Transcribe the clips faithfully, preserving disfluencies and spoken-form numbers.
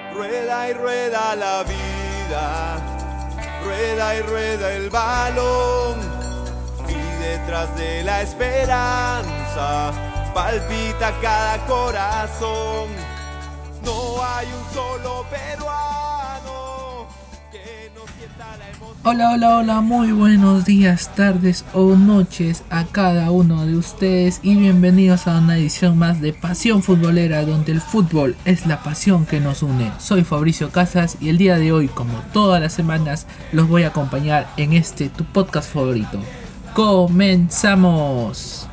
Rueda y rueda la vida, rueda y rueda el balón, y detrás de la esperanza palpita cada corazón. No hay un solo peruano que no sienta la emoción. Hola, hola, hola, muy buenos días, tardes o noches a cada uno de ustedes y bienvenidos a una edición más de Pasión Futbolera, donde el fútbol es la pasión que nos une. Soy Fabricio Casas y el día de hoy, como todas las semanas, los voy a acompañar en este tu podcast favorito. ¡Comenzamos!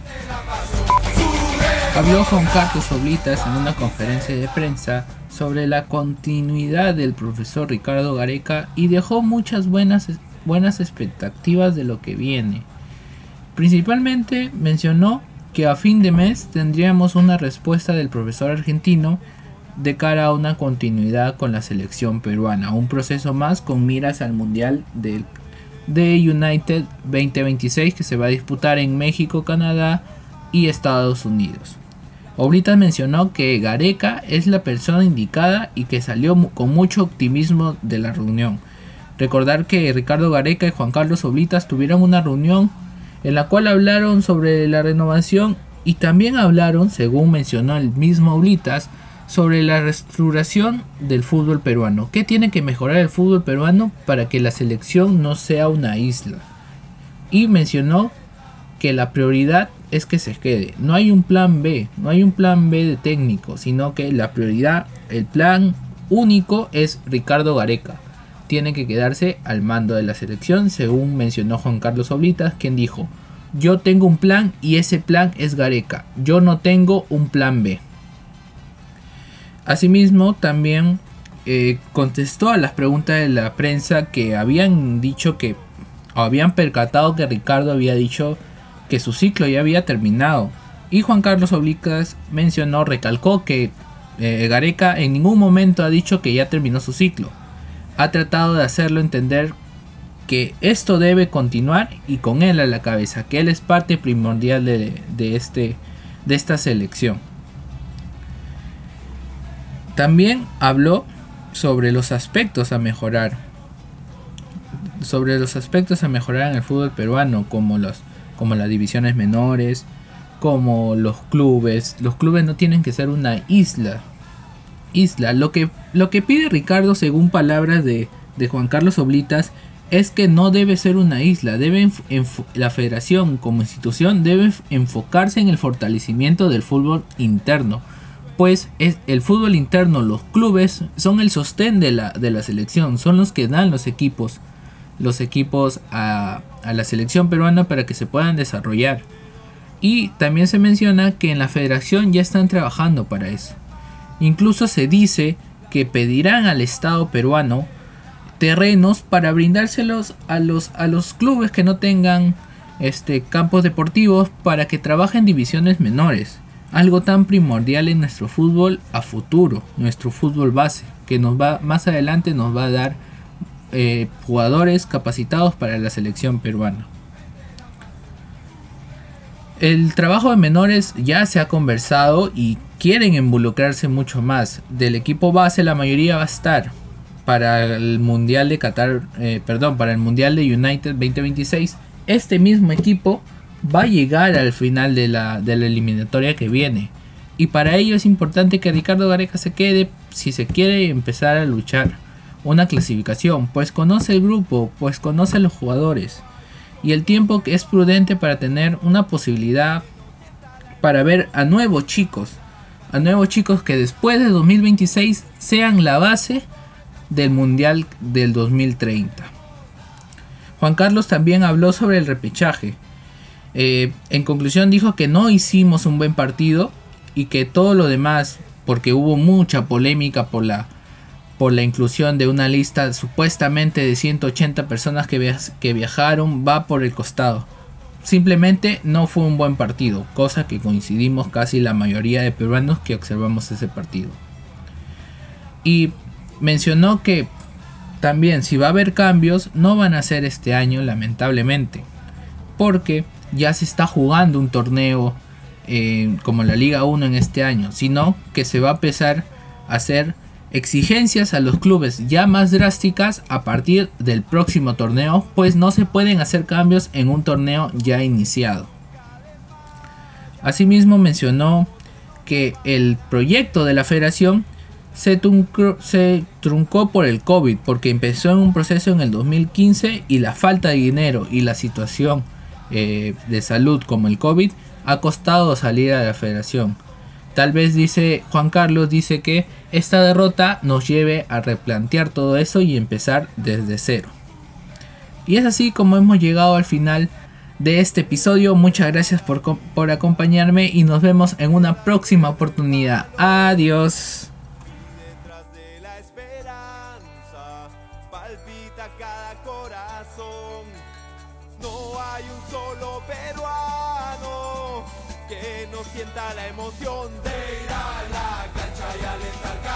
Habló Juan Carlos Oblitas en una conferencia de prensa sobre la continuidad del profesor Ricardo Gareca y dejó muchas buenas, buenas expectativas de lo que viene. Principalmente mencionó que a fin de mes tendríamos una respuesta del profesor argentino de cara a una continuidad con la selección peruana, un proceso más con miras al Mundial de, de United veinte veintiséis que se va a disputar en México, Canadá y Estados Unidos. Oblitas mencionó que Gareca es la persona indicada y que salió con mucho optimismo de la reunión. Recordar que Ricardo Gareca y Juan Carlos Oblitas tuvieron una reunión en la cual hablaron sobre la renovación y también hablaron, según mencionó el mismo Oblitas, sobre la reestructuración del fútbol peruano. ¿Qué tiene que mejorar el fútbol peruano para que la selección no sea una isla? Y mencionó que la prioridad es que se quede. No hay un plan B, no hay un plan B de técnico, sino que la prioridad, el plan único es Ricardo Gareca. Tiene que quedarse al mando de la selección, según mencionó Juan Carlos Oblitas, quien dijo: yo tengo un plan y ese plan es Gareca. Yo no tengo un plan B. Asimismo, también eh, contestó a las preguntas de la prensa que habían dicho que, o habían percatado que Ricardo había dicho que su ciclo ya había terminado, y Juan Carlos Oblitas mencionó, recalcó que eh, Gareca en ningún momento ha dicho que ya terminó su ciclo. Ha tratado de hacerlo entender que esto debe continuar y con él a la cabeza, que él es parte primordial de, de, este, de esta selección. También habló sobre los aspectos a mejorar, sobre los aspectos a mejorar en el fútbol peruano, como los como las divisiones menores, como los clubes. Los clubes no tienen que ser una isla. Isla. Lo que, lo que pide Ricardo, según palabras de, de Juan Carlos Oblitas, es que no debe ser una isla. Debe enf- la federación como institución debe enfocarse en el fortalecimiento del fútbol interno. Pues es el fútbol interno, los clubes son el sostén de la, de la selección. Son los que dan los equipos. los equipos a, a la selección peruana para que se puedan desarrollar. Y también se menciona que en la federación ya están trabajando para eso. Incluso se dice que pedirán al Estado peruano terrenos para brindárselos a los, a los clubes que no tengan este, campos deportivos para que trabajen divisiones menores. Algo tan primordial en nuestro fútbol a futuro, nuestro fútbol base, que nos va, más adelante nos va a dar Eh, jugadores capacitados para la selección peruana. El trabajo de menores ya se ha conversado y quieren involucrarse mucho más. Del equipo base la mayoría va a estar para el mundial de Qatar, eh, perdón, para el mundial de United veinte veintiséis. Este mismo equipo va a llegar al final de la, de la eliminatoria que viene. Y para ello es importante que Ricardo Gareca se quede si se quiere empezar a luchar una clasificación, pues conoce el grupo, pues conoce a los jugadores y el tiempo que es prudente para tener una posibilidad para ver a nuevos chicos, a nuevos chicos que después de dos mil veintiséis sean la base del Mundial del dos mil treinta. Juan Carlos también habló sobre el repechaje. Eh, en conclusión dijo que no hicimos un buen partido y que todo lo demás, porque hubo mucha polémica por la por la inclusión de una lista supuestamente de ciento ochenta personas que, via- que viajaron, va por el costado. Simplemente no fue un buen partido, cosa que coincidimos casi la mayoría de peruanos que observamos ese partido. Y mencionó que también si va a haber cambios, no van a ser este año lamentablemente, porque ya se está jugando un torneo eh, como la Liga uno en este año, sino que se va a empezar a hacer exigencias a los clubes ya más drásticas a partir del próximo torneo, pues no se pueden hacer cambios en un torneo ya iniciado. Asimismo mencionó que el proyecto de la federación se truncó, se truncó por el COVID, porque empezó en un proceso en el dos mil quince y la falta de dinero y la situación eh, de salud como el COVID ha costado salir a la federación. Tal vez, dice Juan Carlos, dice que esta derrota nos lleve a replantear todo eso y empezar desde cero. Y es así como hemos llegado al final de este episodio. Muchas gracias por, por acompañarme y nos vemos en una próxima oportunidad. Adiós. Detrás de la esperanza palpita cada corazón. No hay un solo peruano que no sienta la emoción de ir a la cancha y alentar.